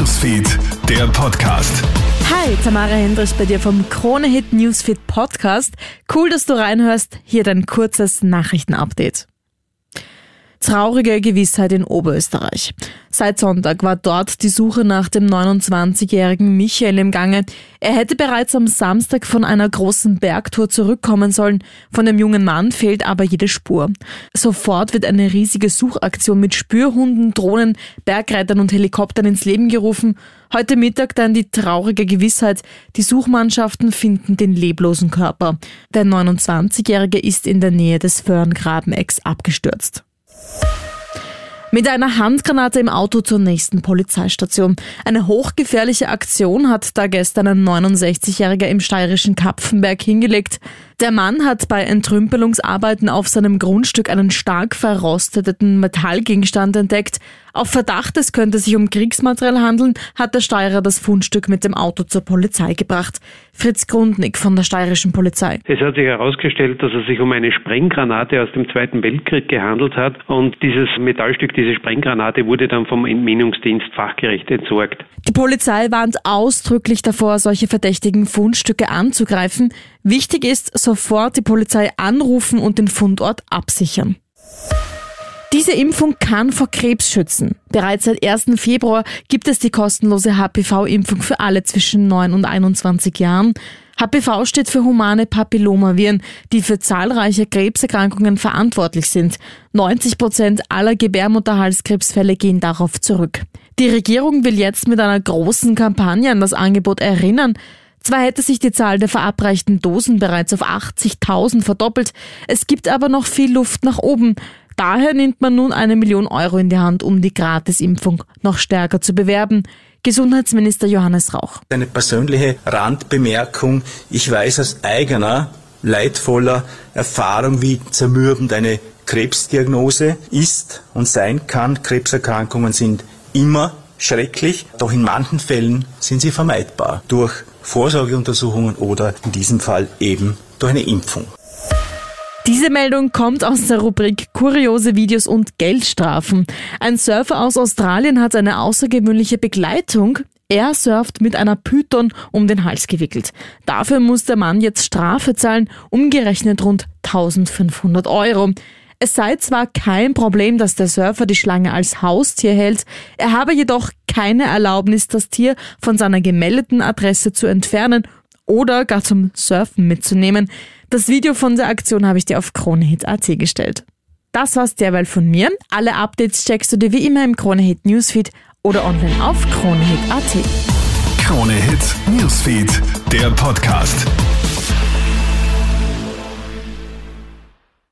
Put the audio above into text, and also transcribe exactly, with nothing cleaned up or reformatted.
Newsfeed, der Podcast. Hi, Tamara Hendrich bei dir vom Krone-Hit Newsfeed Podcast. Cool, dass du reinhörst. Hier dein kurzes Nachrichtenupdate. Traurige Gewissheit in Oberösterreich. Seit Sonntag war dort die Suche nach dem neunundzwanzigjährigen Michael im Gange. Er hätte bereits am Samstag von einer großen Bergtour zurückkommen sollen. Von dem jungen Mann fehlt aber jede Spur. Sofort wird eine riesige Suchaktion mit Spürhunden, Drohnen, Bergreitern und Helikoptern ins Leben gerufen. Heute Mittag dann die traurige Gewissheit, die Suchmannschaften finden den leblosen Körper. Der neunundzwanzigjährige ist in der Nähe des Föhrengrabenecks abgestürzt. Mit einer Handgranate im Auto zur nächsten Polizeistation. Eine hochgefährliche Aktion hat da gestern ein neunundsechzigjähriger im steirischen Kapfenberg hingelegt. Der Mann hat bei Entrümpelungsarbeiten auf seinem Grundstück einen stark verrosteten Metallgegenstand entdeckt. Auf Verdacht, es könnte sich um Kriegsmaterial handeln, hat der Steirer das Fundstück mit dem Auto zur Polizei gebracht. Fritz Grundnick von der steirischen Polizei. Es hat sich herausgestellt, dass es sich um eine Sprenggranate aus dem Zweiten Weltkrieg gehandelt hat und dieses Metallstück, diese Sprenggranate, wurde dann vom Entminungsdienst fachgerecht entsorgt. Die Polizei warnt ausdrücklich davor, solche verdächtigen Fundstücke anzugreifen. Wichtig ist, sofort die Polizei anrufen und den Fundort absichern. Diese Impfung kann vor Krebs schützen. Bereits seit ersten Februar gibt es die kostenlose H P V-Impfung für alle zwischen neun und einundzwanzig Jahren. H P V steht für humane Papillomaviren, die für zahlreiche Krebserkrankungen verantwortlich sind. neunzig Prozent aller Gebärmutterhalskrebsfälle gehen darauf zurück. Die Regierung will jetzt mit einer großen Kampagne an das Angebot erinnern. Zwar hätte sich die Zahl der verabreichten Dosen bereits auf achtzigtausend verdoppelt, es gibt aber noch viel Luft nach oben. Daher nimmt man nun eine Million Euro in die Hand, um die Gratisimpfung noch stärker zu bewerben. Gesundheitsminister Johannes Rauch. Eine persönliche Randbemerkung. Ich weiß aus eigener, leidvoller Erfahrung, wie zermürbend eine Krebsdiagnose ist und sein kann. Krebserkrankungen sind immer schrecklich, doch in manchen Fällen sind sie vermeidbar. Durch Vorsorgeuntersuchungen oder in diesem Fall eben durch eine Impfung. Diese Meldung kommt aus der Rubrik Kuriose Videos und Geldstrafen. Ein Surfer aus Australien hat eine außergewöhnliche Begleitung. Er surft mit einer Python um den Hals gewickelt. Dafür muss der Mann jetzt Strafe zahlen, umgerechnet rund eintausendfünfhundert Euro. Es sei zwar kein Problem, dass der Surfer die Schlange als Haustier hält, er habe jedoch keine Erlaubnis, das Tier von seiner gemeldeten Adresse zu entfernen oder gar zum Surfen mitzunehmen. Das Video von der Aktion habe ich dir auf Kronehit Punkt at gestellt. Das war's derweil von mir. Alle Updates checkst du dir wie immer im Kronehit Newsfeed oder online auf Kronehit Punkt at. Kronehit Newsfeed, der Podcast.